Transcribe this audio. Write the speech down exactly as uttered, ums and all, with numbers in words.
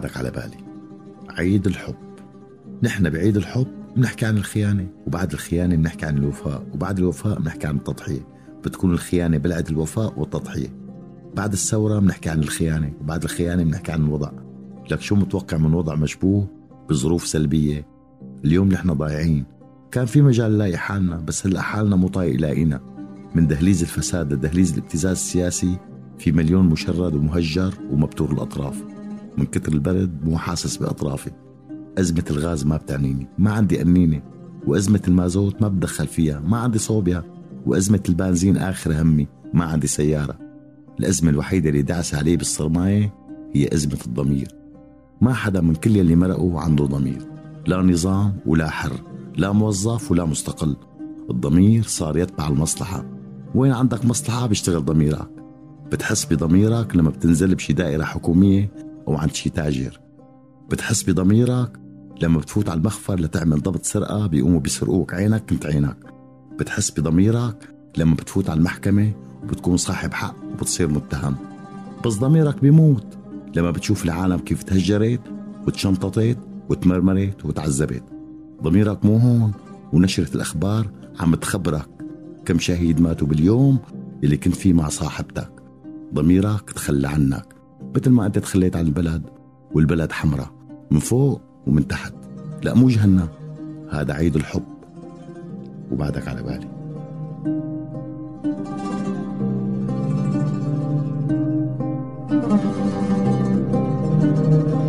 وبعدك على بالي. عيد الحب. نحن بعيد الحب بنحكي عن الخيانة، وبعد الخيانة بنحكي عن الوفاء، وبعد الوفاء بنحكي عن التضحية. بتكون الخيانة بلعت الوفاء والتضحية. بعد الثورة بنحكي عن الخيانة، وبعد الخيانة بنحكي عن الوضع. لك شو متوقع من وضع مشبوه بظروف سلبية؟ اليوم نحن ضايعين. كان في مجال نلاقي حالنا، بس هلأ حالنا مو طايق لاقينا. من دهليز الفساد لدهليز الابتزاز السياسي في مليون مشرد ومهجر ومبتور الأطراف. من كتر البرد مو حاسس بأطرافي. أزمة الغاز ما بتعنيني، ما عندي أنينة. وأزمة المازوت ما بدخل فيها، ما عندي صوبيا. وأزمة البنزين آخر همي، ما عندي سيارة. الأزمة الوحيدة اللي دعس عليه بالصرماية هي أزمة الضمير. ما حدا من كل اللي مرقوا عنده ضمير، لا نظام ولا حر، لا موظف ولا مستقل. الضمير صار يتبع المصلحة. وين عندك مصلحة بيشتغل ضميرك. بتحس بضميرك لما بتنزل بشي دائرة حكومية أو عند شي تاجر. بتحس بضميرك لما بتفوت على المخفر لتعمل ضبط سرقة بيقوموا بيسرقوك عينك كنت عينك. بتحس بضميرك لما بتفوت على المحكمة وبتكون صاحب حق وبتصير متهم. بس ضميرك بيموت لما بتشوف العالم كيف تهجرت وتشنططت وتمرمرت وتعذبت. ضميرك مو هون، ونشرة الأخبار عم تخبرك كم شهيد ماتوا باليوم اللي كنت فيه مع صاحبتك. ضميرك تخلى عنك مثل ما أنت تخليت عن البلد، والبلد حمراء من فوق ومن تحت. لا مو جهنم، هذا عيد الحب وبعدك على بالي. Thank you.